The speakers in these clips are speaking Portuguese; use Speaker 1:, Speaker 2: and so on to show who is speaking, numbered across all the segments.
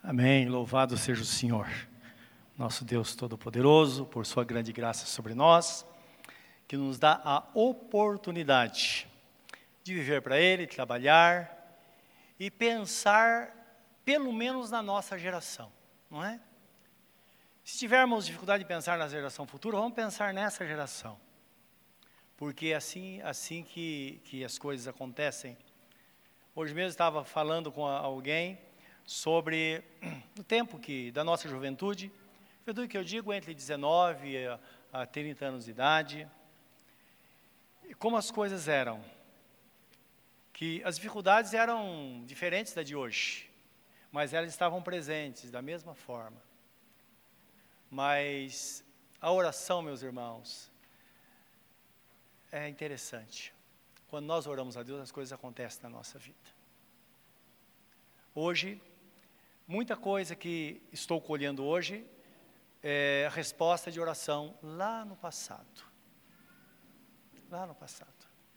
Speaker 1: Amém. Louvado seja o Senhor, nosso Deus Todo-Poderoso, por sua grande graça sobre nós, que nos dá a oportunidade de viver para Ele, trabalhar e pensar, pelo menos na nossa geração, não é? Se tivermos dificuldade de pensar na geração futura, vamos pensar nessa geração, porque é assim que as coisas acontecem. Hoje mesmo estava falando com alguém sobre o tempo da nossa juventude que eu digo entre 19 a 30 anos de idade, e como as coisas eram, que as dificuldades eram diferentes da de hoje, mas elas estavam presentes da mesma forma. Mas a oração, meus irmãos, é interessante. Quando nós oramos a Deus, as coisas acontecem na nossa vida. Hoje, muita coisa que estou colhendo hoje é a resposta de oração lá no passado. Lá no passado.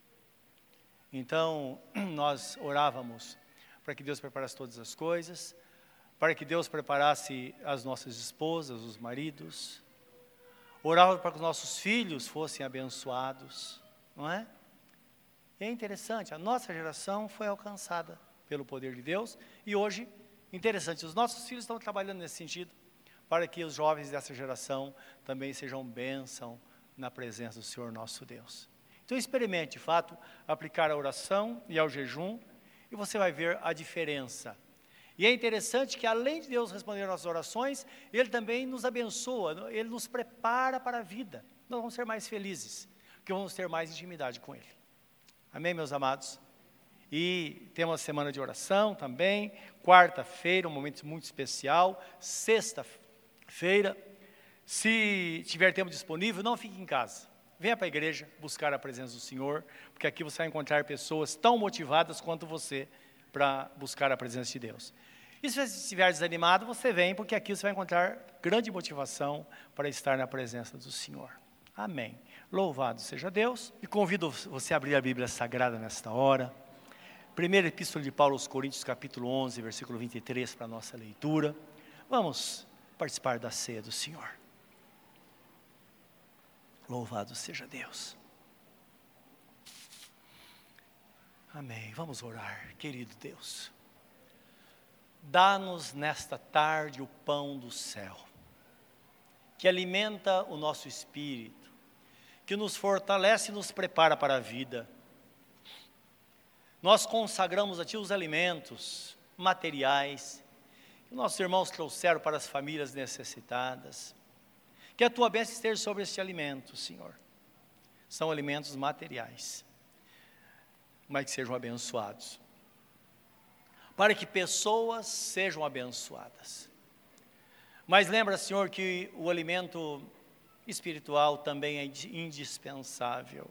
Speaker 1: Então, nós orávamos para que Deus preparasse todas as coisas, para que Deus preparasse as nossas esposas, os maridos. Orávamos para que os nossos filhos fossem abençoados, não é? E é interessante, a nossa geração foi alcançada pelo poder de Deus, e hoje, interessante, os nossos filhos estão trabalhando nesse sentido, para que os jovens dessa geração também sejam bênção na presença do Senhor nosso Deus. Então experimente, de fato, aplicar a oração e ao jejum, e você vai ver a diferença. E é interessante que, além de Deus responder às nossas orações, Ele também nos abençoa, Ele nos prepara para a vida. Nós vamos ser mais felizes, porque vamos ter mais intimidade com Ele. Amém, meus amados? E temos a semana de oração também, quarta-feira, um momento muito especial, sexta-feira, se tiver tempo disponível, não fique em casa, venha para a igreja buscar a presença do Senhor, porque aqui você vai encontrar pessoas tão motivadas quanto você para buscar a presença de Deus. E se você estiver desanimado, você vem, porque aqui você vai encontrar grande motivação para estar na presença do Senhor. Amém. Louvado seja Deus, e convido você a abrir a Bíblia Sagrada nesta hora. Primeira Epístola de Paulo aos Coríntios, capítulo 11, versículo 23, para a nossa leitura. Vamos participar da ceia do Senhor. Louvado seja Deus. Amém. Vamos orar, querido Deus. Dá-nos nesta tarde o pão do céu, que alimenta o nosso espírito, que nos fortalece e nos prepara para a vida. Nós consagramos a Ti os alimentos materiais que nossos irmãos trouxeram para as famílias necessitadas. Que a Tua bênção esteja sobre este alimento, Senhor. São alimentos materiais, mas que sejam abençoados. Para que pessoas sejam abençoadas. Mas lembra, Senhor, que o alimento espiritual também é indispensável.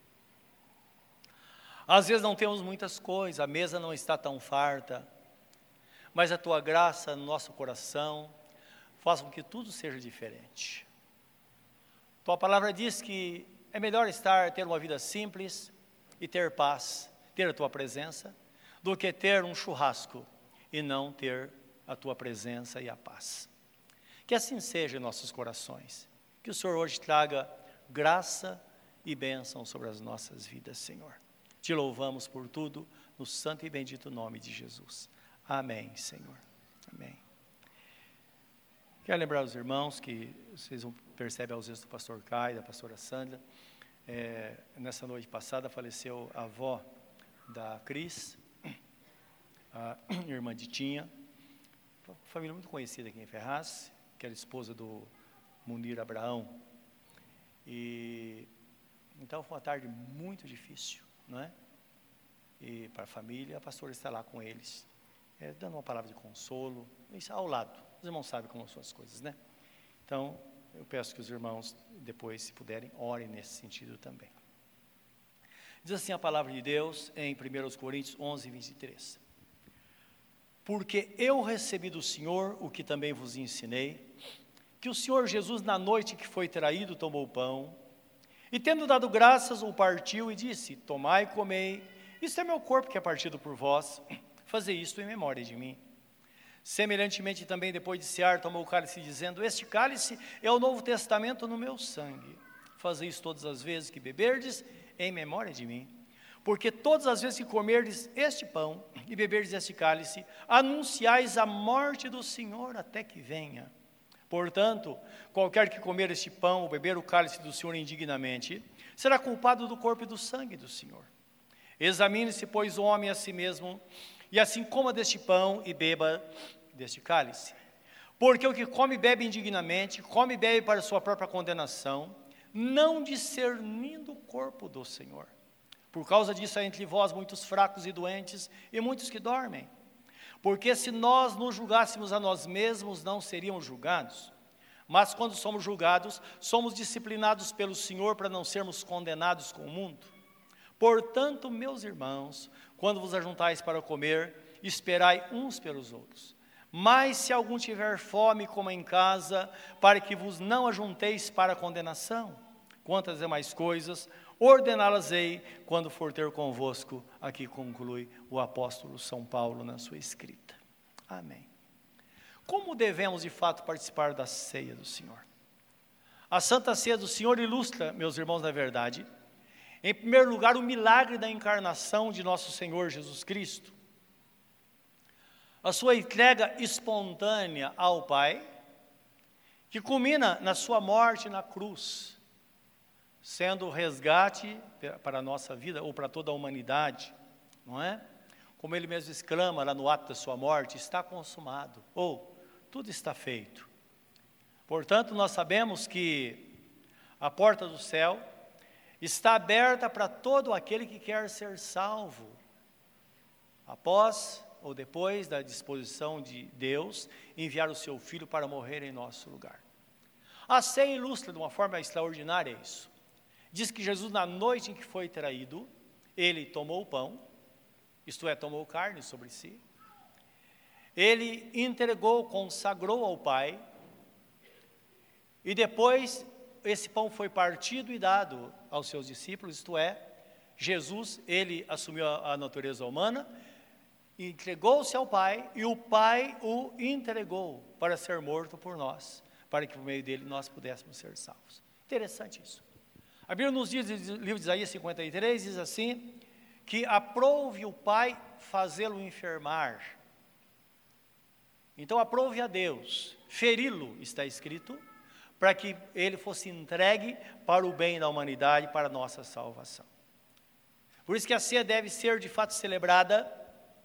Speaker 1: Às vezes não temos muitas coisas, a mesa não está tão farta, mas a Tua graça no nosso coração faz com que tudo seja diferente. Tua palavra diz que é melhor ter uma vida simples e ter paz, ter a Tua presença, do que ter um churrasco e não ter a Tua presença e a paz. Que assim seja em nossos corações, que o Senhor hoje traga graça e bênção sobre as nossas vidas, Senhor. Te louvamos por tudo, no santo e bendito nome de Jesus. Amém, Senhor. Amém. Quero lembrar os irmãos que vocês percebem a ausência do pastor Caio, da pastora Sandra. Nessa noite passada faleceu a avó da Cris, a irmã de Tinha, uma família muito conhecida aqui em Ferraz, que era esposa do Munir Abraão. E então foi uma tarde muito difícil, não é? E para a família, a pastora está lá com eles, dando uma palavra de consolo, isso ao lado. Os irmãos sabem como são as coisas, né? Então, eu peço que os irmãos, depois, se puderem, orem nesse sentido também. Diz assim a palavra de Deus em 1 Coríntios 11, 23. Porque eu recebi do Senhor o que também vos ensinei, que o Senhor Jesus, na noite que foi traído, tomou o pão, e tendo dado graças, o partiu e disse: tomai e comei, isto é meu corpo que é partido por vós, fazei isto em memória de mim. Semelhantemente também, depois de cear, tomou o cálice, dizendo: este cálice é o novo testamento no meu sangue. Fazei isso todas as vezes que beberdes, em memória de mim. Porque todas as vezes que comerdes este pão e beberdes este cálice, anunciais a morte do Senhor até que venha. Portanto, qualquer que comer este pão ou beber o cálice do Senhor indignamente, será culpado do corpo e do sangue do Senhor. Examine-se, pois, o homem a si mesmo, e assim coma deste pão e beba deste cálice. Porque o que come e bebe indignamente, come e bebe para sua própria condenação, não discernindo o corpo do Senhor. Por causa disso há entre vós muitos fracos e doentes, e muitos que dormem. Porque se nós nos julgássemos a nós mesmos, não seríamos julgados. Mas quando somos julgados, somos disciplinados pelo Senhor para não sermos condenados com o mundo. Portanto, meus irmãos, quando vos ajuntais para comer, esperai uns pelos outros. Mas se algum tiver fome, coma em casa, para que vos não ajunteis para a condenação. Quanto às demais coisas, ordená-las-ei quando for ter convosco. Aqui conclui o apóstolo São Paulo na sua escrita. Amém. Como devemos de fato participar da ceia do Senhor? A Santa Ceia do Senhor ilustra, meus irmãos, na verdade, em primeiro lugar, o milagre da encarnação de nosso Senhor Jesus Cristo. A sua entrega espontânea ao Pai, que culmina na sua morte na cruz, sendo o resgate para a nossa vida, ou para toda a humanidade, não é? Como ele mesmo exclama lá no ato da sua morte: está consumado, ou tudo está feito. Portanto, nós sabemos que a porta do céu está aberta para todo aquele que quer ser salvo, após ou depois da disposição de Deus enviar o seu Filho para morrer em nosso lugar. A ceia ilustra de uma forma extraordinária isso. Diz que Jesus, na noite em que foi traído, ele tomou o pão, isto é, tomou carne sobre si, ele entregou, consagrou ao Pai, e depois esse pão foi partido e dado aos seus discípulos, isto é, Jesus, ele assumiu a natureza humana, entregou-se ao Pai, e o Pai o entregou para ser morto por nós, para que por meio dele nós pudéssemos ser salvos. Interessante isso. A Bíblia nos diz, no livro de Isaías 53, diz assim, que aprouve o Pai fazê-lo enfermar. Então aprouve a Deus, feri-lo, está escrito, para que ele fosse entregue para o bem da humanidade, para a nossa salvação. Por isso que a ceia deve ser de fato celebrada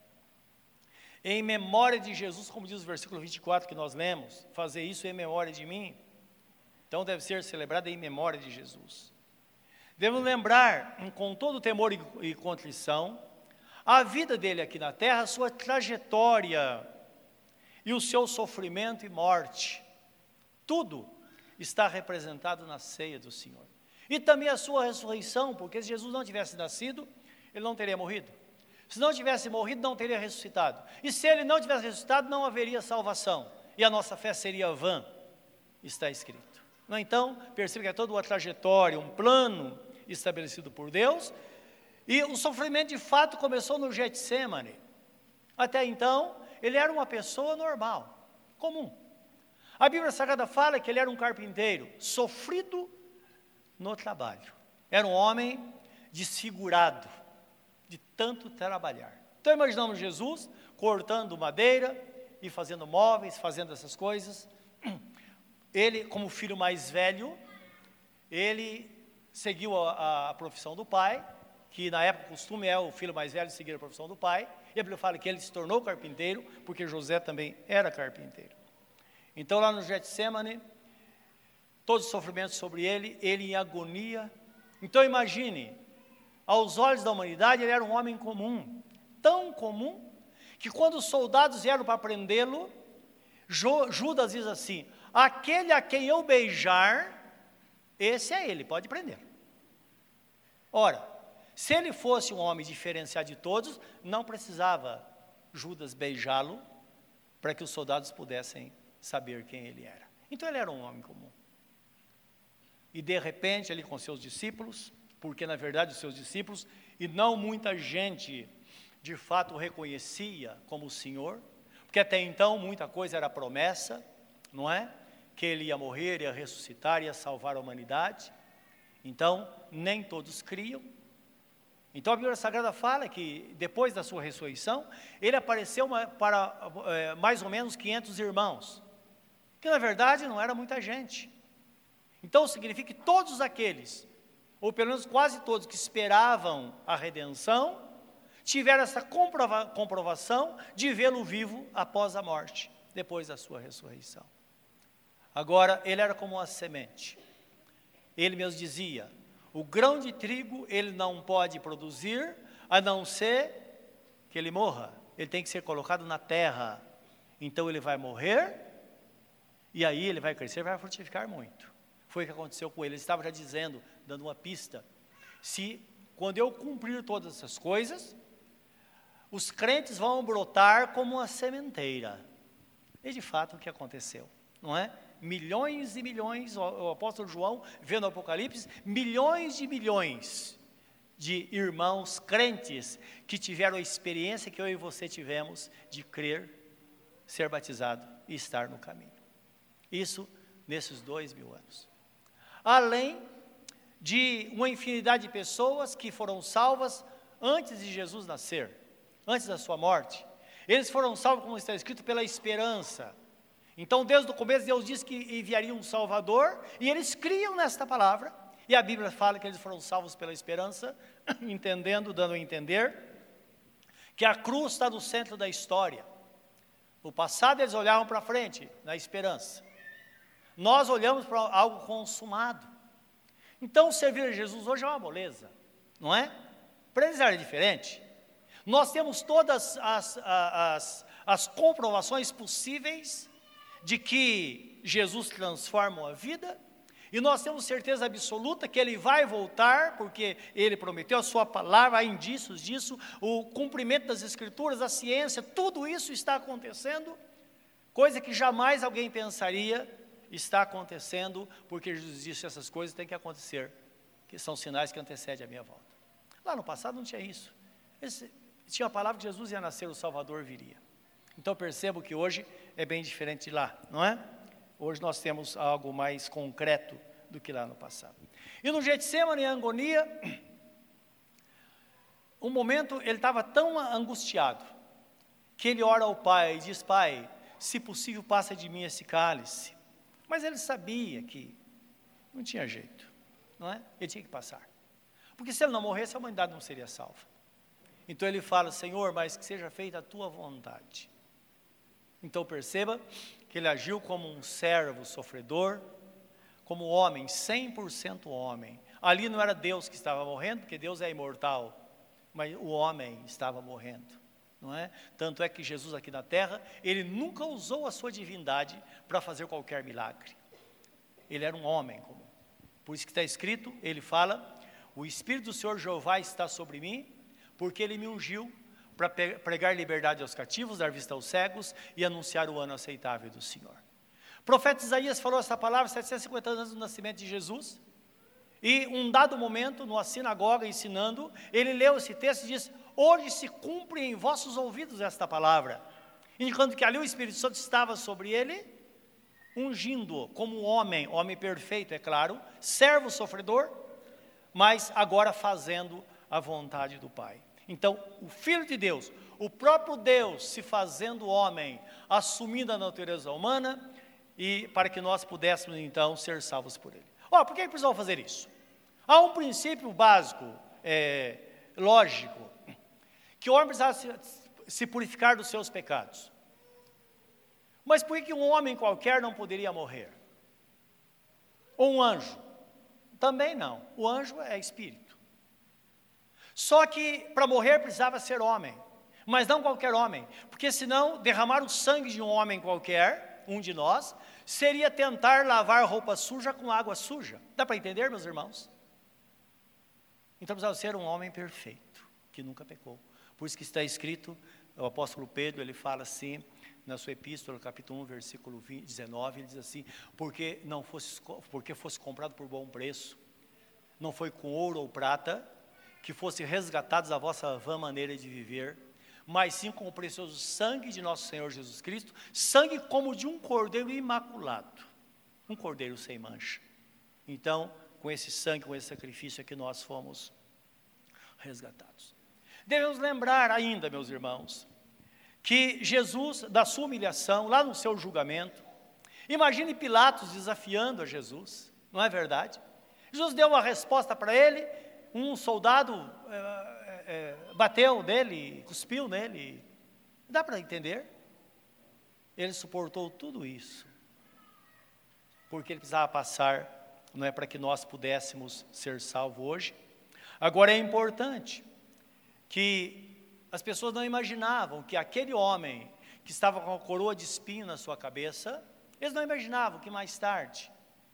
Speaker 1: em memória de Jesus, como diz o versículo 24 que nós lemos, fazer isso em memória de mim. Então deve ser celebrada em memória de Jesus. Devemos lembrar, com todo temor e contrição, a vida dele aqui na terra, a sua trajetória e o seu sofrimento e morte. Tudo está representado na ceia do Senhor. E também a sua ressurreição, porque se Jesus não tivesse nascido, ele não teria morrido. Se não tivesse morrido, não teria ressuscitado. E se ele não tivesse ressuscitado, não haveria salvação. E a nossa fé seria vã, está escrito. Então, perceba que é toda uma trajetória, um plano estabelecido por Deus. E o sofrimento de fato começou no Getsemane. Até então, ele era uma pessoa normal, comum. A Bíblia Sagrada fala que ele era um carpinteiro, sofrido no trabalho. Era um homem desfigurado, de tanto trabalhar. Então imaginamos Jesus cortando madeira e fazendo móveis, fazendo essas coisas. Ele, como filho mais velho, ele seguiu a profissão do pai, que na época o costume é o filho mais velho seguir a profissão do pai. E a Bíblia fala que ele se tornou carpinteiro, porque José também era carpinteiro. Então lá no Getsemane, todos os sofrimentos sobre ele, ele em agonia. Então imagine, aos olhos da humanidade ele era um homem comum, tão comum, que quando os soldados vieram para prendê-lo, Judas diz assim: aquele a quem eu beijar, esse é ele, pode prender. Ora, se ele fosse um homem diferenciado de todos, não precisava Judas beijá-lo, para que os soldados pudessem saber quem ele era. Então ele era um homem comum. E de repente, ele com seus discípulos, porque na verdade os seus discípulos, e não muita gente, de fato o reconhecia como o Senhor, Porque até então muita coisa era promessa, não é? Que ele ia morrer, ia ressuscitar, ia salvar a humanidade. Então, nem todos criam. Então a Bíblia Sagrada fala que depois da sua ressurreição, ele apareceu para mais ou menos 500 irmãos, que na verdade não era muita gente. Então significa que todos aqueles, ou pelo menos quase todos que esperavam a redenção, tiveram essa comprovação de vê-lo vivo após a morte, depois da sua ressurreição. Agora, ele era como uma semente. Ele mesmo dizia, o grão de trigo ele não pode produzir, a não ser que ele morra. Ele tem que ser colocado na terra. Então ele vai morrer, e aí ele vai crescer, vai frutificar muito. Foi o que aconteceu com ele. Ele estava já dizendo, dando uma pista, quando eu cumprir todas essas coisas, os crentes vão brotar como uma sementeira. E de fato o que aconteceu, não é? Milhões e milhões, o apóstolo João, vendo o Apocalipse, milhões de irmãos crentes que tiveram a experiência que eu e você tivemos de crer, ser batizado e estar no caminho. Isso nesses 2000 anos. Além de uma infinidade de pessoas que foram salvas antes de Jesus nascer, antes da sua morte. Eles foram salvos, como está escrito, pela esperança. Então, desde o começo, Deus disse que enviaria um Salvador, e eles criam nesta palavra, e a Bíblia fala que eles foram salvos pela esperança, dando a entender que a cruz está no centro da história. No passado, eles olhavam para frente, na esperança. Nós olhamos para algo consumado. Então, servir a Jesus hoje é uma moleza, não é? Para eles era diferente. Nós temos todas as comprovações possíveis de que Jesus transforma a vida, e nós temos certeza absoluta que Ele vai voltar, porque Ele prometeu a sua palavra, há indícios disso, o cumprimento das Escrituras, a ciência, tudo isso está acontecendo, coisa que jamais alguém pensaria está acontecendo, porque Jesus disse que essas coisas têm que acontecer, que são sinais que antecedem a minha volta. Lá no passado não tinha isso. Tinha a palavra que Jesus ia nascer, o Salvador viria. Então percebo que hoje é bem diferente de lá, não é? Hoje nós temos algo mais concreto do que lá no passado. E no Getsemane, em agonia, um momento ele estava tão angustiado, que ele ora ao Pai e diz, Pai, se possível passa de mim esse cálice. Mas ele sabia que não tinha jeito, não é? Ele tinha que passar. Porque se ele não morresse, a humanidade não seria salva. Então ele fala, Senhor, mas que seja feita a tua vontade. Então perceba que ele agiu como um servo sofredor, como homem, 100% homem. Ali não era Deus que estava morrendo, porque Deus é imortal, mas o homem estava morrendo, não é? Tanto é que Jesus aqui na terra, ele nunca usou a sua divindade para fazer qualquer milagre. Ele era um homem comum. Por isso que está escrito, ele fala, o Espírito do Senhor Jeová está sobre mim, porque ele me ungiu para pregar liberdade aos cativos, dar vista aos cegos e anunciar o ano aceitável do Senhor. O profeta Isaías falou essa palavra 750 anos do nascimento de Jesus, e um dado momento, numa sinagoga ensinando, ele leu esse texto e diz, hoje se cumpre em vossos ouvidos esta palavra, indicando que ali o Espírito Santo estava sobre ele, ungindo-o como homem perfeito, é claro, servo sofredor, mas agora fazendo a vontade do Pai. Então, o Filho de Deus, o próprio Deus se fazendo homem, assumindo a natureza humana, e para que nós pudéssemos então ser salvos por Ele. Por que precisava fazer isso? Há um princípio básico, lógico, que o homem precisava se purificar dos seus pecados. Mas por que um homem qualquer não poderia morrer? Ou um anjo? Também não, o anjo é espírito. Só que para morrer precisava ser homem, mas não qualquer homem, porque senão derramar o sangue de um homem qualquer, um de nós, seria tentar lavar roupa suja com água suja. Dá para entender, meus irmãos? Então precisava ser um homem perfeito, que nunca pecou. Por isso que está escrito, o apóstolo Pedro, ele fala assim, na sua epístola, capítulo 1, versículo 19, ele diz assim, porque fosse comprado por bom preço, não foi com ouro ou prata, que fosse resgatados da vossa vã maneira de viver, mas sim com o precioso sangue de nosso Senhor Jesus Cristo, sangue como de um cordeiro imaculado, um cordeiro sem mancha. Então, com esse sangue, com esse sacrifício é que nós fomos resgatados. Devemos lembrar ainda, meus irmãos, que Jesus, da sua humilhação, lá no seu julgamento, imagine Pilatos desafiando a Jesus, não é verdade? Jesus deu uma resposta para ele, um soldado bateu nele, cuspiu nele, dá para entender? Ele suportou tudo isso, porque ele precisava passar, não é para que nós pudéssemos ser salvos hoje. Agora é importante que as pessoas não imaginavam que aquele homem que estava com a coroa de espinho na sua cabeça, eles não imaginavam que mais tarde,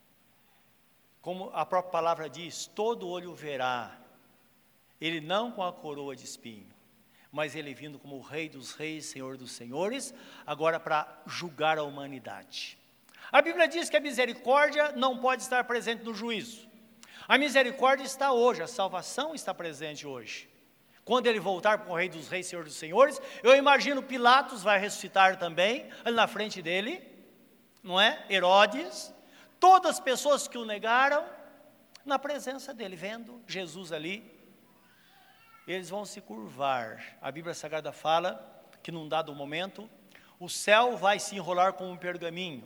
Speaker 1: como a própria palavra diz, todo olho verá, ele não com a coroa de espinho, mas ele vindo como o Rei dos Reis, Senhor dos Senhores, agora para julgar a humanidade. A Bíblia diz que a misericórdia não pode estar presente no juízo. A misericórdia está hoje, a salvação está presente hoje. Quando ele voltar para o Rei dos Reis, Senhor dos Senhores, eu imagino Pilatos vai ressuscitar também, ali na frente dele, não é? Herodes, todas as pessoas que o negaram, na presença dele, vendo Jesus ali, eles vão se curvar. A Bíblia Sagrada fala que num dado momento, o céu vai se enrolar como um pergaminho,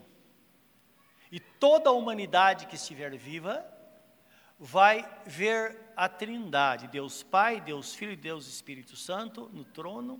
Speaker 1: e toda a humanidade que estiver viva, vai ver a Trindade, Deus Pai, Deus Filho e Deus Espírito Santo no trono,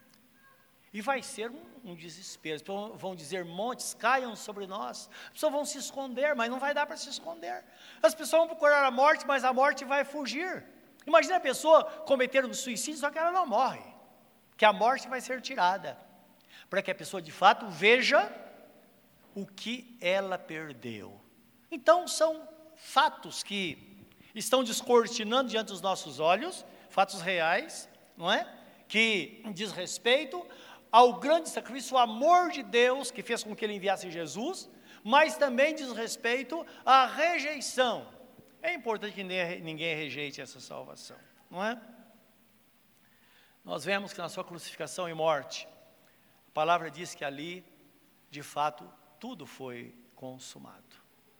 Speaker 1: e vai ser um desespero. As pessoas vão dizer, montes caiam sobre nós, as pessoas vão se esconder, mas não vai dar para se esconder. As pessoas vão procurar a morte, mas a morte vai fugir. Imagina a pessoa cometer um suicídio, só que ela não morre, que a morte vai ser tirada, para que a pessoa de fato veja o que ela perdeu. Então são fatos que estão descortinando diante dos nossos olhos, fatos reais, não é? Que diz respeito ao grande sacrifício, o amor de Deus que fez com que ele enviasse Jesus, mas também diz respeito à rejeição. É importante que ninguém rejeite essa salvação, não é? Nós vemos que na sua crucificação e morte, a palavra diz que ali, de fato, tudo foi consumado.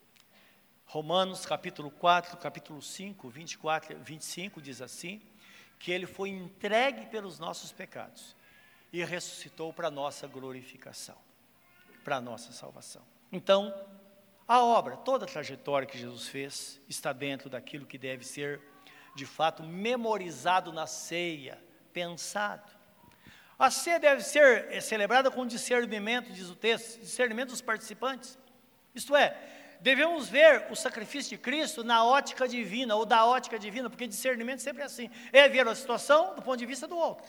Speaker 1: Romanos capítulo 4, capítulo 5, 24 e 25 diz assim, que ele foi entregue pelos nossos pecados e ressuscitou para a nossa glorificação, para a nossa salvação. Então, a obra, toda a trajetória que Jesus fez, está dentro daquilo que deve ser, de fato, memorizado na ceia, pensado. A ceia deve ser celebrada com discernimento, diz o texto, discernimento dos participantes. Isto é, devemos ver o sacrifício de Cristo na ótica divina, ou da ótica divina, porque discernimento sempre é assim, é ver a situação do ponto de vista do outro.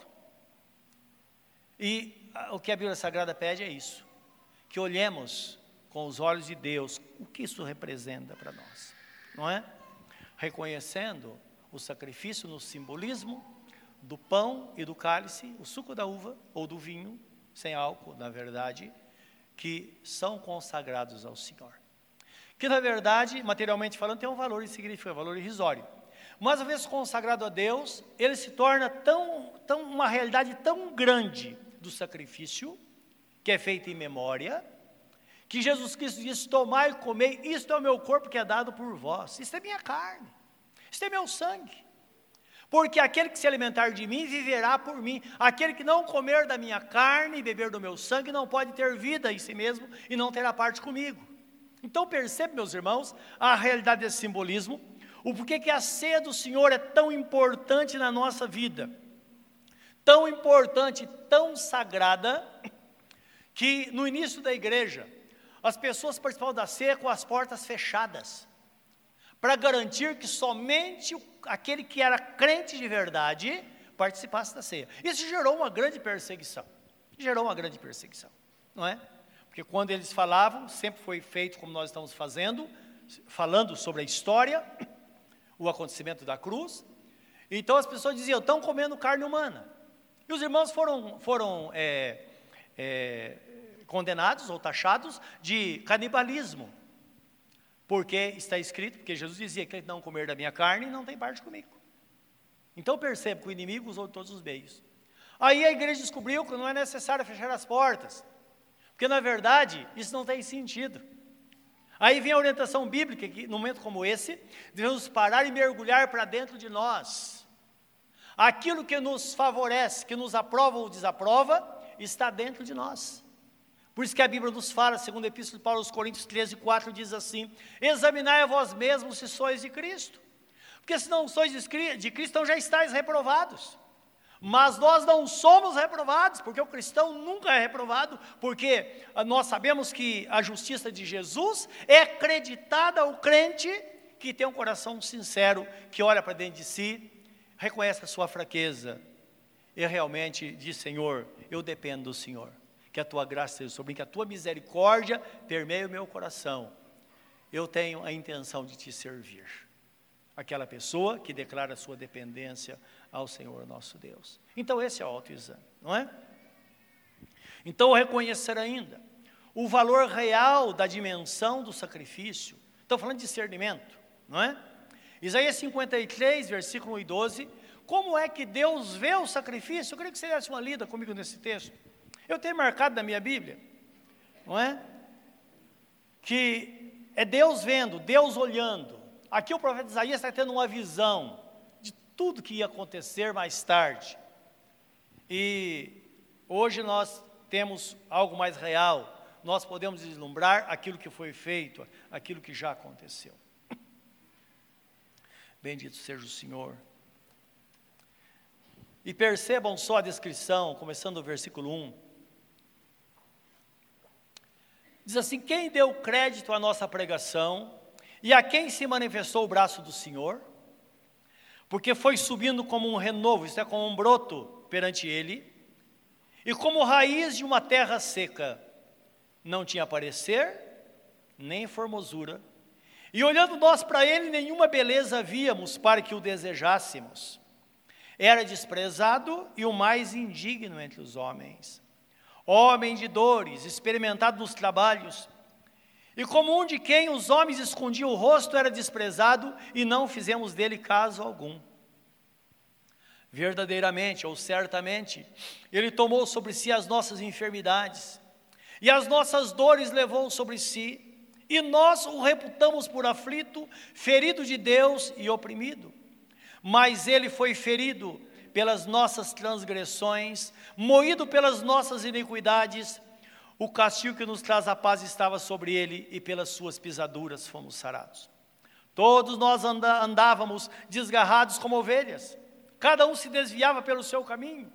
Speaker 1: E o que a Bíblia Sagrada pede é isso, que olhemos com os olhos de Deus, o que isso representa para nós, não é? Reconhecendo o sacrifício no simbolismo do pão e do cálice, o suco da uva ou do vinho, sem álcool, na verdade, que são consagrados ao Senhor. Que, na verdade, materialmente falando, tem um valor insignificante, um valor irrisório. Mas, uma vez consagrado a Deus, ele se torna uma realidade tão grande do sacrifício, que é feito em memória, que Jesus Cristo diz, tomai e comei, isto é o meu corpo que é dado por vós, isto é minha carne, isto é meu sangue. Porque aquele que se alimentar de mim, viverá por mim. Aquele que não comer da minha carne e beber do meu sangue, não pode ter vida em si mesmo e não terá parte comigo. Então percebe, meus irmãos, a realidade desse simbolismo, o porquê que a ceia do Senhor é tão importante na nossa vida, tão importante, tão sagrada, que no início da igreja, as pessoas participavam da ceia com as portas fechadas, para garantir que somente aquele que era crente de verdade participasse da ceia. Isso gerou uma grande perseguição, não é? Porque quando eles falavam, sempre foi feito como nós estamos falando sobre a história, o acontecimento da cruz. Então as pessoas diziam, estão comendo carne humana. E os irmãos foram condenados ou taxados de canibalismo. Porque está escrito, porque Jesus dizia que ele não comer da minha carne não tem parte comigo. Então percebe que o inimigo usou todos os meios. Aí a igreja descobriu que não é necessário fechar as portas, porque na verdade isso não tem sentido. Aí vem a orientação bíblica, que num momento como esse, devemos parar e mergulhar para dentro de nós. Aquilo que nos favorece, que nos aprova ou desaprova, está dentro de nós. Por isso que a Bíblia nos fala, segundo a Epístola de Paulo aos Coríntios 13:4, diz assim: examinai a vós mesmos se sois de Cristo. Porque se não sois de Cristo, então já estáis reprovados. Mas nós não somos reprovados, porque o cristão nunca é reprovado, porque nós sabemos que a justiça de Jesus é acreditada ao crente que tem um coração sincero, que olha para dentro de si, reconhece a sua fraqueza e realmente diz: Senhor, eu dependo do Senhor, que a tua graça seja sobre mim, que a tua misericórdia permeie o meu coração. Eu tenho a intenção de te servir. Aquela pessoa que declara a sua dependência ao Senhor nosso Deus. Então esse é o autoexame, não é? Então reconhecer ainda o valor real da dimensão do sacrifício. Estou falando de discernimento, não é? Isaías 53, versículo 1 e 12. Como é que Deus vê o sacrifício? Eu queria que você desse uma lida comigo nesse texto. Eu tenho marcado na minha Bíblia, não é? Que é Deus vendo, Deus olhando. Aqui o profeta Isaías está tendo uma visão de tudo que ia acontecer mais tarde. E hoje nós temos algo mais real. Nós podemos vislumbrar aquilo que foi feito, aquilo que já aconteceu. Bendito seja o Senhor. E percebam só a descrição, começando do versículo 1. Diz assim: quem deu crédito à nossa pregação e a quem se manifestou o braço do Senhor? Porque foi subindo como um renovo, isto é, como um broto perante ele, e como raiz de uma terra seca. Não tinha parecer, nem formosura, e olhando nós para ele, nenhuma beleza víamos para que o desejássemos. Era desprezado e o mais indigno entre os homens, homem de dores, experimentado nos trabalhos, e como um de quem os homens escondiam o rosto, era desprezado, e não fizemos dele caso algum. Verdadeiramente, ou certamente, ele tomou sobre si as nossas enfermidades, e as nossas dores levou sobre si, e nós o reputamos por aflito, ferido de Deus e oprimido. Mas ele foi ferido pelas nossas transgressões, moído pelas nossas iniquidades. O castigo que nos traz a paz estava sobre ele, e pelas suas pisaduras fomos sarados. Todos nós andávamos desgarrados como ovelhas, cada um se desviava pelo seu caminho.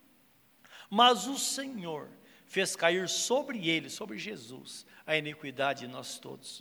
Speaker 1: Mas o Senhor fez cair sobre ele, sobre Jesus, a iniquidade de nós todos.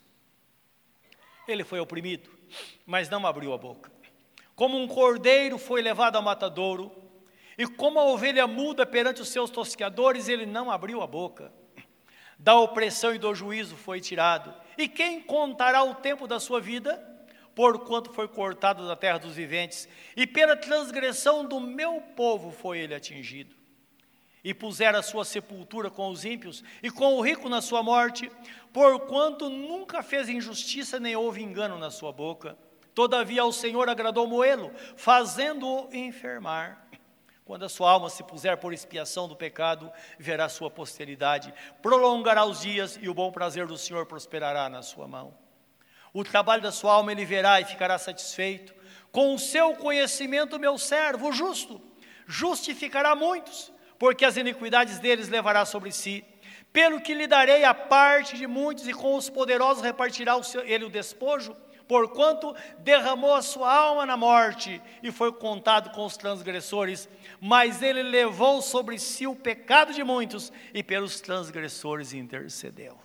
Speaker 1: Ele foi oprimido, mas não abriu a boca. Como um cordeiro foi levado ao matadouro, e como a ovelha muda perante os seus tosqueadores, ele não abriu a boca. Da opressão e do juízo foi tirado. E quem contará o tempo da sua vida? Porquanto foi cortado da terra dos viventes, e pela transgressão do meu povo foi ele atingido. E puseram a sua sepultura com os ímpios, e com o rico na sua morte, porquanto nunca fez injustiça, nem houve engano na sua boca. Todavia ao Senhor agradou moê-lo, fazendo-o enfermar. Quando a sua alma se puser por expiação do pecado, verá sua posteridade, prolongará os dias, e o bom prazer do Senhor prosperará na sua mão. O trabalho da sua alma ele verá e ficará satisfeito. Com o seu conhecimento, meu servo, o justo, justificará muitos, porque as iniquidades deles levará sobre si. Pelo que lhe darei a parte de muitos, e com os poderosos repartirá ele o despojo, porquanto derramou a sua alma na morte, e foi contado com os transgressores, mas ele levou sobre si o pecado de muitos, e pelos transgressores intercedeu.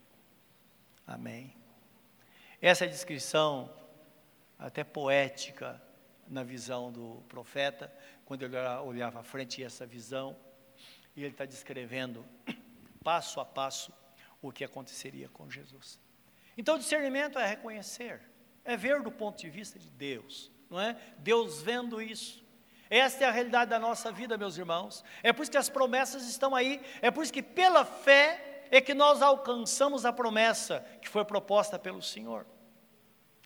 Speaker 1: Amém. Essa é a descrição até poética na visão do profeta, quando ele olhava à frente essa visão, e ele está descrevendo passo a passo o que aconteceria com Jesus. Então, discernimento é reconhecer, é ver do ponto de vista de Deus, não é? Deus vendo isso. Esta é a realidade da nossa vida, meus irmãos. É por isso que as promessas estão aí, é por isso que pela fé é que nós alcançamos a promessa que foi proposta pelo Senhor.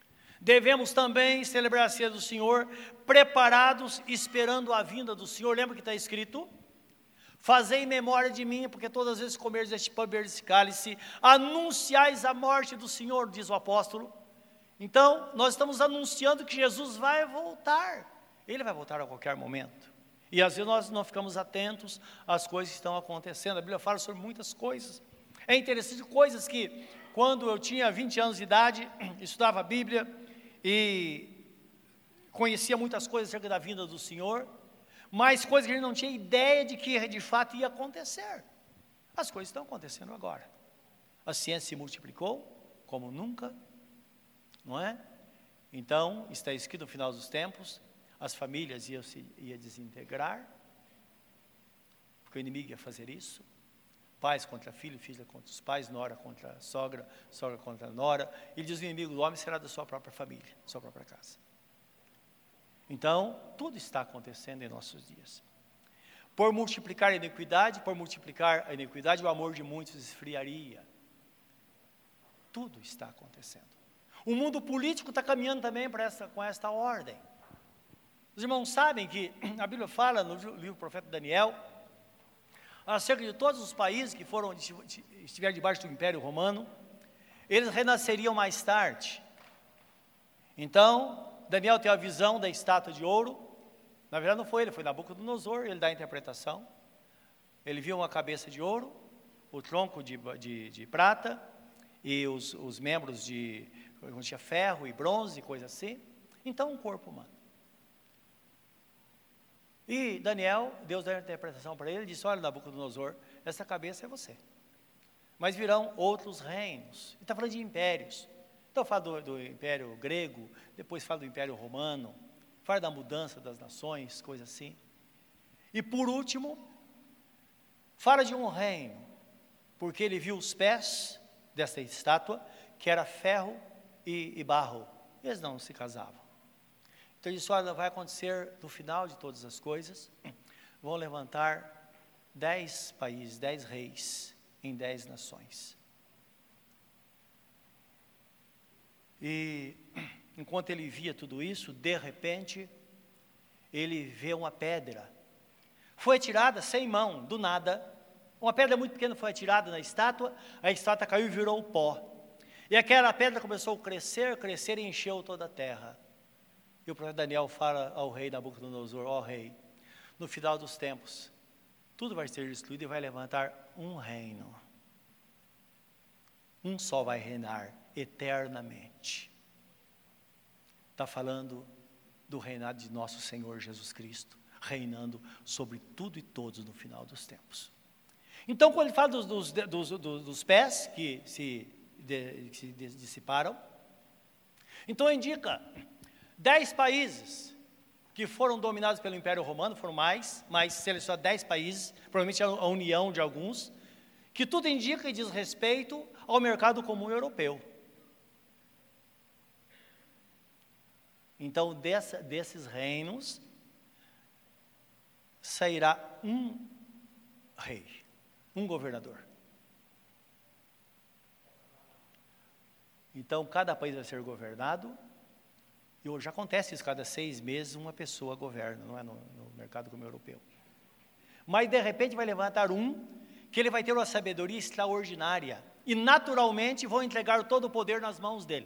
Speaker 1: Devemos também celebrar a ceia do Senhor, preparados, esperando a vinda do Senhor. Lembra que está escrito? Fazei memória de mim, porque todas as vezes comerdes este pão e beberdes este cálice, anunciais a morte do Senhor, diz o apóstolo. Então, nós estamos anunciando que Jesus vai voltar. Ele vai voltar a qualquer momento. E às vezes nós não ficamos atentos às coisas que estão acontecendo. A Bíblia fala sobre muitas coisas. É interessante, coisas que, quando eu tinha 20 anos de idade, estudava a Bíblia e conhecia muitas coisas acerca da vinda do Senhor, mas coisas que a gente não tinha ideia de que de fato ia acontecer. As coisas estão acontecendo agora. A ciência se multiplicou como nunca, não é? Então, está escrito no final dos tempos, as famílias iam desintegrar, porque o inimigo ia fazer isso. Pais contra filho, filha contra os pais, nora contra sogra, sogra contra nora. Ele diz: o inimigo do homem será da sua própria família, da sua própria casa. Então, tudo está acontecendo em nossos dias. Por multiplicar a iniquidade, o amor de muitos esfriaria. Tudo está acontecendo. O mundo político está caminhando também com esta ordem. Os irmãos sabem que a Bíblia fala no livro do profeta Daniel, acerca de todos os países que estiveram debaixo do Império Romano, eles renasceriam mais tarde. Então, Daniel tem a visão da estátua de ouro. Na verdade não foi ele, foi Nabucodonosor, ele dá a interpretação. Ele viu uma cabeça de ouro, o tronco de prata, e os membros de ferro e bronze, coisa assim. Então, um corpo humano. E Daniel, Deus deu a interpretação para ele, disse: olha, Nabucodonosor, essa cabeça é você. Mas virão outros reinos. Ele está falando de impérios. Então fala do Império Grego, depois fala do Império Romano, fala da mudança das nações, coisa assim. E por último, fala de um reino, porque ele viu os pés dessa estátua, que era ferro e barro. Eles não se casavam. Então ele disse: olha, vai acontecer no final de todas as coisas, vão levantar 10 países, 10 reis em 10 nações. E enquanto ele via tudo isso, de repente, ele vê uma pedra. Foi atirada sem mão, do nada. Uma pedra muito pequena foi atirada na estátua, a estátua caiu e virou pó. E aquela pedra começou a crescer e encheu toda a terra. E o profeta Daniel fala ao rei Nabucodonosor: ó rei, no final dos tempos, tudo vai ser destruído e vai levantar um reino. Um só vai reinar eternamente. Está falando do reinado de nosso Senhor Jesus Cristo, reinando sobre tudo e todos no final dos tempos. Então, quando ele fala dos pés que se dissiparam, então indica 10 países que foram dominados pelo Império Romano, foram mais selecionados 10 países, provavelmente a união de alguns, que tudo indica e diz respeito ao mercado comum europeu. Então, desses reinos, sairá um rei, um governador. Então, cada país vai ser governado, e hoje acontece isso, cada 6 meses uma pessoa governa, não é no mercado comum europeu. Mas, de repente, vai levantar que ele vai ter uma sabedoria extraordinária, e naturalmente vão entregar todo o poder nas mãos dele.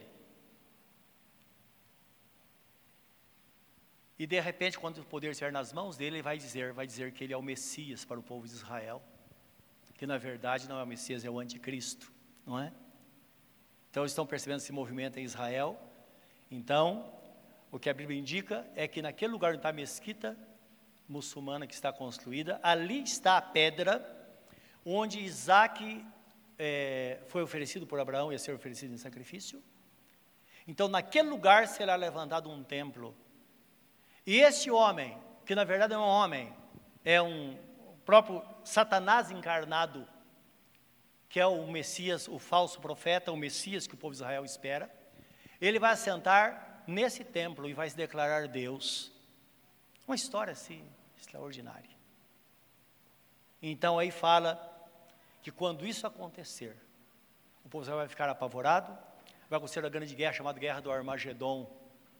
Speaker 1: E de repente, quando o poder estiver nas mãos dele, ele vai dizer que ele é o Messias para o povo de Israel, que na verdade não é o Messias, é o anticristo, não é? Então estão percebendo esse movimento em Israel. Então, o que a Bíblia indica é que naquele lugar onde está a mesquita muçulmana que está construída, ali está a pedra onde Isaac foi oferecido por Abraão, ia ser oferecido em sacrifício. Então naquele lugar será levantado um templo. E este homem, que na verdade é um homem, é um próprio Satanás encarnado, que é o Messias, o falso profeta, o Messias que o povo de Israel espera, ele vai assentar nesse templo e vai se declarar Deus. Uma história assim, extraordinária. Então aí fala que quando isso acontecer, o povo de Israel vai ficar apavorado, vai acontecer a grande guerra, chamada Guerra do Armagedon,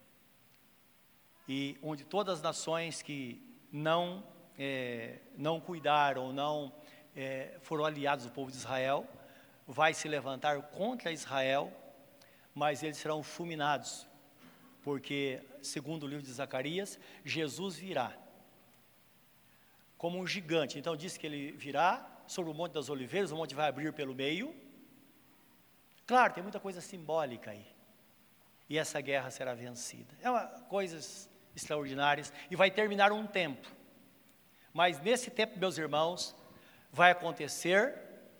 Speaker 1: e onde todas as nações que não cuidaram, não foram aliados do povo de Israel, vai se levantar contra Israel, mas eles serão fulminados, porque, segundo o livro de Zacarias, Jesus virá como um gigante. Então diz que ele virá sobre o Monte das Oliveiras, o monte vai abrir pelo meio. Claro, tem muita coisa simbólica aí. E essa guerra será vencida. Coisas extraordinárias, e vai terminar um tempo. Mas nesse tempo, meus irmãos, vai acontecer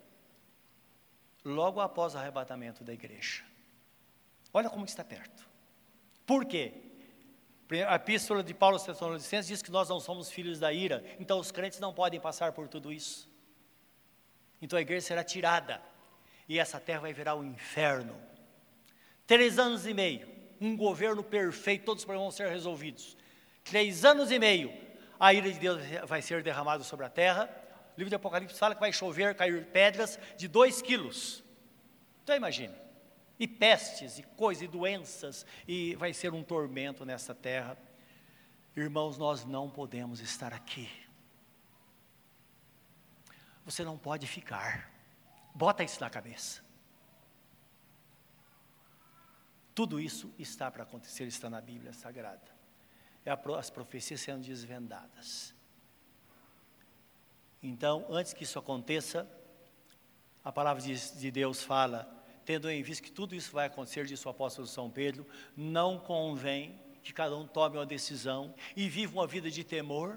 Speaker 1: logo após o arrebatamento da igreja. Olha como está perto. Por quê? A epístola de Paulo aos Tessalonicenses diz que nós não somos filhos da ira, então os crentes não podem passar por tudo isso. Então a igreja será tirada, e essa terra vai virar um inferno. 3 anos e meio, um governo perfeito, todos os problemas vão ser resolvidos. 3 anos e meio, a ira de Deus vai ser derramada sobre a terra. O livro de Apocalipse fala que vai chover, cair pedras de 2 quilos. Então imagine, e pestes, e coisas, e doenças, e vai ser um tormento nessa terra. Irmãos, nós não podemos estar aqui. Você não pode ficar. Bota isso na cabeça. Tudo isso está para acontecer, está na Bíblia Sagrada. As profecias sendo desvendadas. Então, antes que isso aconteça, a palavra de Deus fala, tendo em vista que tudo isso vai acontecer, disse o apóstolo São Pedro, não convém que cada um tome uma decisão e viva uma vida de temor,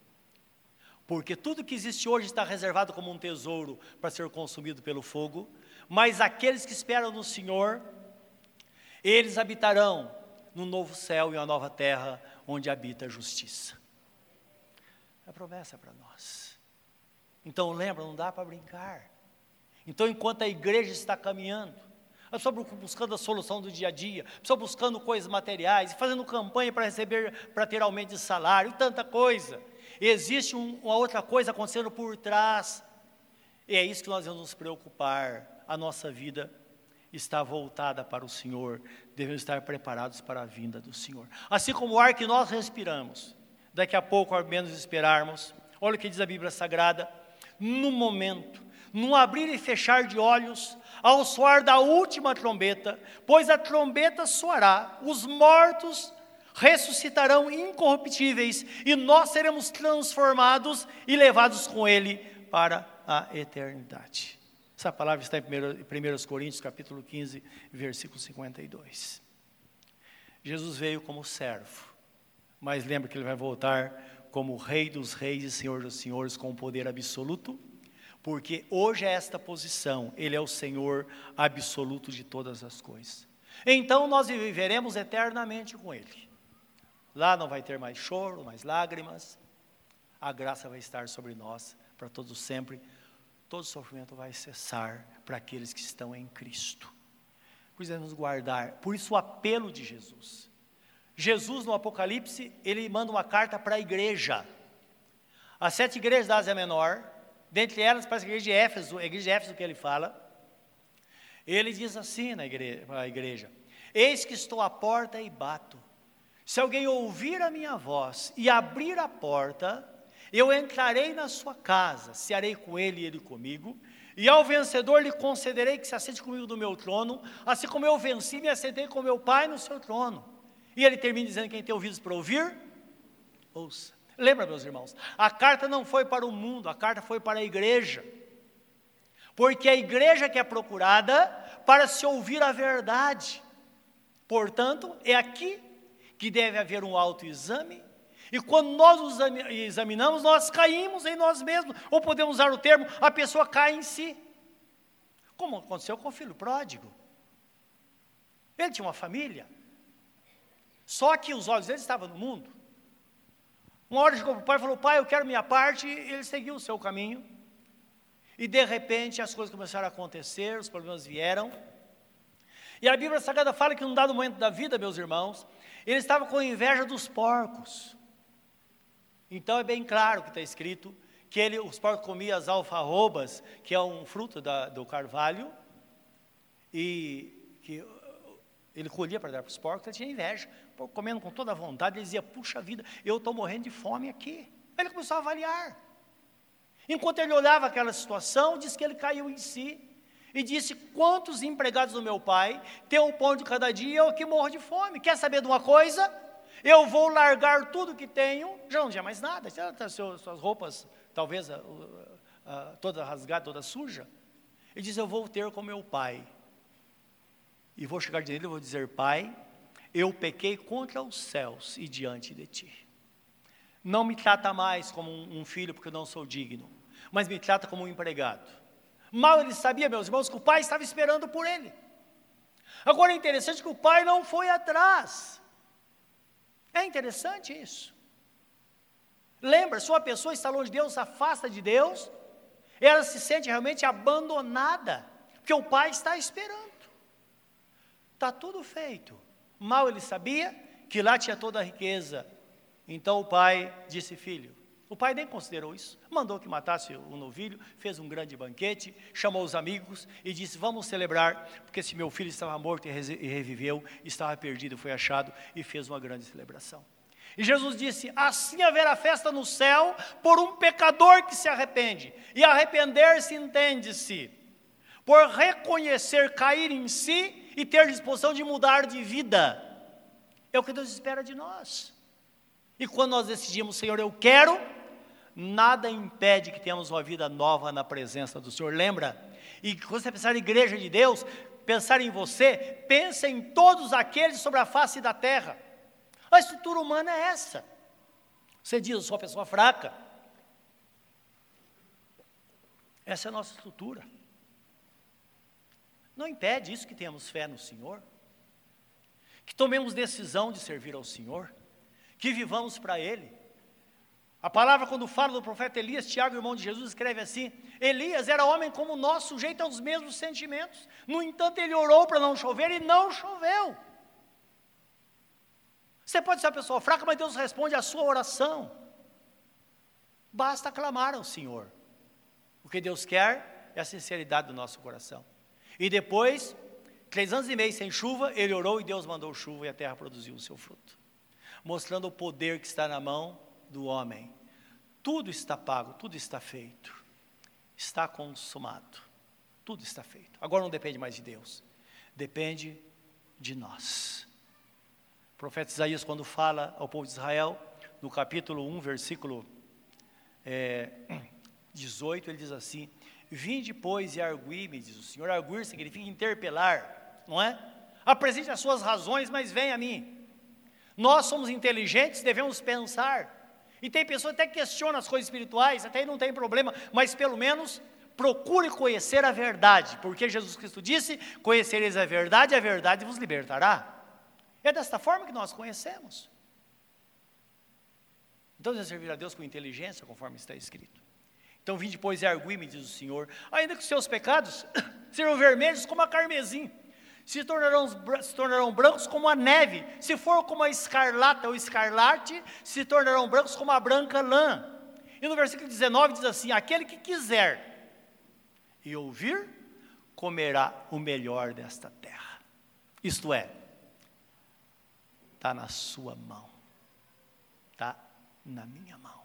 Speaker 1: porque tudo que existe hoje está reservado como um tesouro para ser consumido pelo fogo, mas aqueles que esperam no Senhor, eles habitarão no novo céu e uma nova terra, onde habita a justiça. É a promessa para nós. Então lembra, não dá para brincar. Então enquanto a igreja está caminhando, a pessoa buscando a solução do dia a dia, a pessoa buscando coisas materiais, fazendo campanha para receber, para ter aumento de salário, e tanta coisa. Existe uma outra coisa acontecendo por trás, e é isso que nós devemos nos preocupar. A nossa vida está voltada para o Senhor, devemos estar preparados para a vinda do Senhor. Assim como o ar que nós respiramos, daqui a pouco, ao menos esperarmos, olha o que diz a Bíblia Sagrada, no momento, no abrir e fechar de olhos, ao soar da última trombeta, pois a trombeta soará, os mortos ressuscitarão incorruptíveis, e nós seremos transformados e levados com Ele para a eternidade. Essa palavra está em 1 Coríntios, capítulo 15, versículo 52. Jesus veio como servo, mas lembra que Ele vai voltar como Rei dos reis e Senhor dos senhores, com poder absoluto, porque hoje é esta posição, Ele é o Senhor absoluto de todas as coisas. Então nós viveremos eternamente com Ele. Lá não vai ter mais choro, mais lágrimas, a graça vai estar sobre nós para todos sempre. Todo sofrimento vai cessar para aqueles que estão em Cristo. Precisamos guardar, por isso o apelo de Jesus. Jesus no Apocalipse, ele manda uma carta para a igreja. As 7 igrejas da Ásia Menor, dentre elas parece a igreja de Éfeso que ele fala. Ele diz assim na igreja, eis que estou à porta e bato. Se alguém ouvir a minha voz e abrir a porta, eu entrarei na sua casa, cearei com ele e ele comigo, e ao vencedor lhe concederei que se assente comigo no meu trono, assim como eu venci e me assentei com meu Pai no seu trono. E ele termina dizendo, quem tem ouvidos para ouvir, ouça. Lembra, meus irmãos, a carta não foi para o mundo, a carta foi para a igreja, porque a igreja que é procurada para se ouvir a verdade. Portanto, é aqui que deve haver um autoexame, e quando nós nos examinamos, nós caímos em nós mesmos, ou podemos usar o termo, a pessoa cai em si, como aconteceu com o filho pródigo. Ele tinha uma família, só que os olhos dele estavam no mundo. Uma hora chegou para o pai e falou, pai, eu quero minha parte, e ele seguiu o seu caminho, e de repente as coisas começaram a acontecer, os problemas vieram, e a Bíblia Sagrada fala que num dado momento da vida, meus irmãos, ele estava com inveja dos porcos. Então é bem claro que está escrito que os porcos comiam as alfarrobas, que é um fruto do carvalho, e que Ele colhia para dar para os porcos, ele tinha inveja. Comendo com toda a vontade, ele dizia, puxa vida, eu estou morrendo de fome aqui. Aí ele começou a avaliar. Enquanto ele olhava aquela situação, disse que ele caiu em si. E disse, quantos empregados do meu pai têm o pão de cada dia e eu aqui morro de fome. Quer saber de uma coisa? Eu vou largar tudo que tenho, já não tinha mais nada, suas roupas, talvez toda rasgada, toda suja. Ele diz, eu vou ter com meu pai. E vou chegar diante dele e vou dizer, pai, eu pequei contra os céus e diante de ti. Não me trata mais como um filho, porque eu não sou digno, mas me trata como um empregado. Mal ele sabia, meus irmãos, que o pai estava esperando por ele. Agora é interessante que o pai não foi atrás. É interessante isso. Lembra, se uma pessoa está longe de Deus, se afasta de Deus, ela se sente realmente abandonada, porque o pai está esperando. Está tudo feito. Mal ele sabia que lá tinha toda a riqueza. Então o pai disse, filho, o pai nem considerou isso, mandou que matasse o novilho, fez um grande banquete, chamou os amigos e disse, vamos celebrar, porque esse meu filho estava morto e reviveu, estava perdido, foi achado, e fez uma grande celebração. E Jesus disse, assim haverá festa no céu por um pecador que se arrepende. E arrepender-se entende-se por reconhecer, cair em si e ter disposição de mudar de vida. É o que Deus espera de nós. E quando nós decidimos, Senhor, eu quero, nada impede que tenhamos uma vida nova na presença do Senhor. Lembra? E quando você pensar em igreja de Deus, pensar em você, pensa em todos aqueles sobre a face da terra. A estrutura humana é essa. Você diz, eu sou uma pessoa fraca. Essa é a nossa estrutura. Não impede isso que tenhamos fé no Senhor, que tomemos decisão de servir ao Senhor, que vivamos para Ele. A palavra, quando fala do profeta Elias, Tiago, irmão de Jesus, escreve assim, Elias era homem como nós, sujeito aos mesmos sentimentos. No entanto, ele orou para não chover e não choveu. Você pode ser uma pessoa fraca, mas Deus responde à sua oração. Basta clamar ao Senhor. O que Deus quer é a sinceridade do nosso coração. E depois, 3 anos e meio sem chuva, ele orou e Deus mandou chuva e a terra produziu o seu fruto. Mostrando o poder que está na mão do homem. Tudo está pago, tudo está feito. Está consumado. Tudo está feito. Agora não depende mais de Deus. Depende de nós. O profeta Isaías, quando fala ao povo de Israel, no capítulo 1, versículo 18, ele diz assim, vinde, pois, e argui-me, diz o Senhor. Arguir significa interpelar, não é? Apresente as suas razões, mas venha a mim. Nós somos inteligentes, devemos pensar. E tem pessoas que até questionam as coisas espirituais, até aí não tem problema, mas pelo menos procure conhecer a verdade, porque Jesus Cristo disse, conhecereis a verdade vos libertará. É desta forma que nós conhecemos. Então, devemos servir a Deus com inteligência, conforme está escrito. Então, vinde, pois, e argui-me, diz o Senhor, ainda que os seus pecados sejam vermelhos como a carmesim, se tornarão brancos como a neve, se for como a escarlata ou escarlate, se tornarão brancos como a branca lã. E no versículo 19 diz assim, aquele que quiser e ouvir, comerá o melhor desta terra. Isto é, está na sua mão, está na minha mão.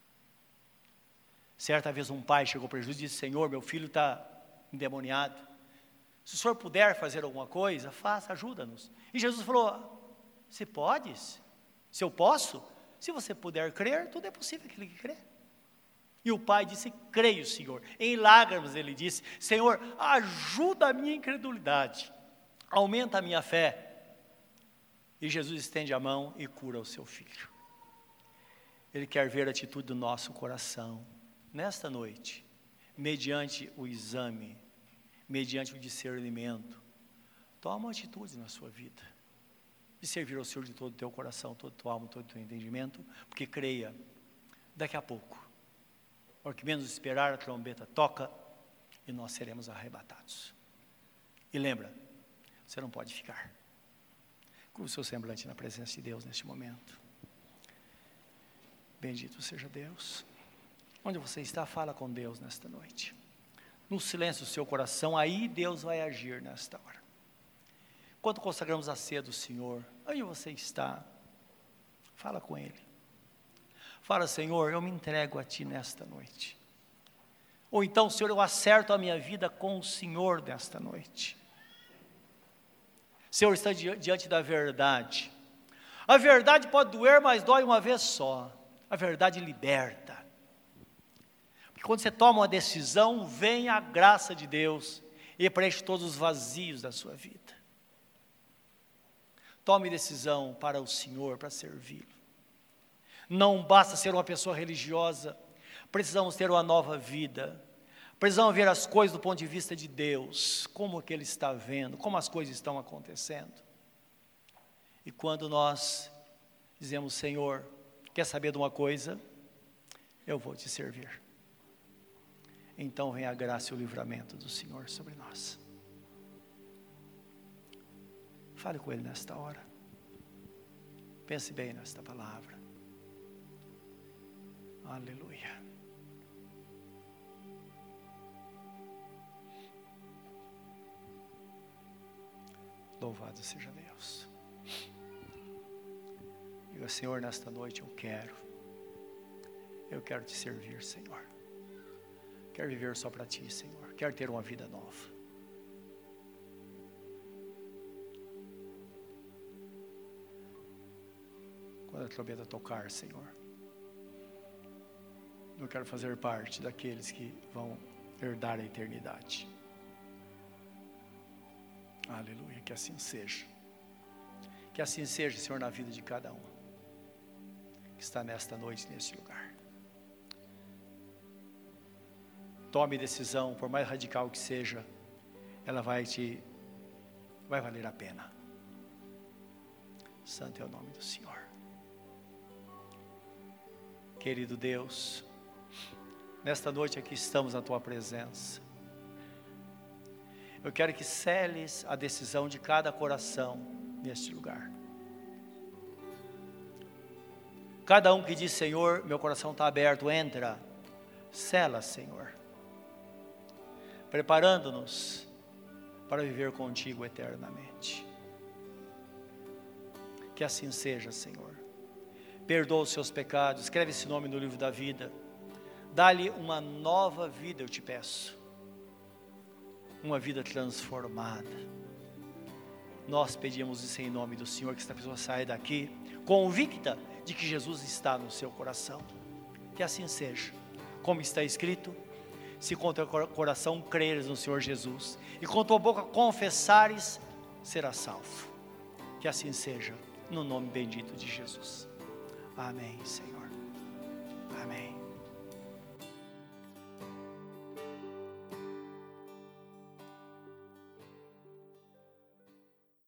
Speaker 1: Certa vez um pai chegou para Jesus e disse, Senhor, meu filho está endemoniado. Se o Senhor puder fazer alguma coisa, faça, ajuda-nos. E Jesus falou, se podes, se eu posso, se você puder crer, tudo é possível aquele que crê. E o pai disse, creio, Senhor. Em lágrimas ele disse, Senhor, ajuda a minha incredulidade, aumenta a minha fé. E Jesus estende a mão e cura o seu filho. Ele quer ver a atitude do nosso coração. Nesta noite, mediante o exame, mediante o discernimento, toma uma atitude na sua vida, de servir ao Senhor de todo o teu coração, toda a tua alma, todo o teu entendimento, porque creia, daqui a pouco, por que menos esperar, a trombeta toca, e nós seremos arrebatados. E lembra, você não pode ficar. Curva o seu semblante na presença de Deus neste momento. Bendito seja Deus. Onde você está, fala com Deus nesta noite. No silêncio do seu coração, aí Deus vai agir nesta hora. Quando consagramos a ceia do Senhor, onde você está? Fala com Ele. Fala, Senhor, eu me entrego a Ti nesta noite. Ou então, Senhor, eu acerto a minha vida com o Senhor nesta noite. Senhor, está diante da verdade. A verdade pode doer, mas dói uma vez só. A verdade liberta. Porque quando você toma uma decisão, vem a graça de Deus e preenche todos os vazios da sua vida. Tome decisão para o Senhor, para servi-lo. Não basta ser uma pessoa religiosa, precisamos ter uma nova vida. Precisamos ver as coisas do ponto de vista de Deus, como que Ele está vendo, como as coisas estão acontecendo. E quando nós dizemos, Senhor, quer saber de uma coisa? Eu vou te servir. Então vem a graça e o livramento do Senhor sobre nós. Fale com Ele nesta hora. Pense bem nesta palavra. Aleluia. Louvado seja Deus. Diga, Senhor, nesta noite eu quero te servir, Senhor. Quero viver só para Ti, Senhor. Quero ter uma vida nova. Quando a trombeta tocar, Senhor, eu quero fazer parte daqueles que vão herdar a eternidade. Aleluia, que assim seja. Que assim seja, Senhor, na vida de cada um que está nesta noite, nesse lugar. Tome decisão, por mais radical que seja, ela vai valer a pena. Santo é o nome do Senhor. Querido Deus, nesta noite aqui estamos na Tua presença. Eu quero que seles a decisão de cada coração neste lugar. Cada um que diz, Senhor, meu coração está aberto, entra, sela, Senhor, preparando-nos para viver contigo eternamente. Que assim seja, Senhor. Perdoa os seus pecados, escreve esse nome no livro da vida, dá-lhe uma nova vida, eu te peço. Uma vida transformada. Nós pedimos isso em nome do Senhor, que esta pessoa saia daqui convicta de que Jesus está no seu coração. Que assim seja. Como está escrito, se com teu coração creres no Senhor Jesus e com tua boca confessares, serás salvo. Que assim seja, no nome bendito de Jesus. Amém, Senhor. Amém.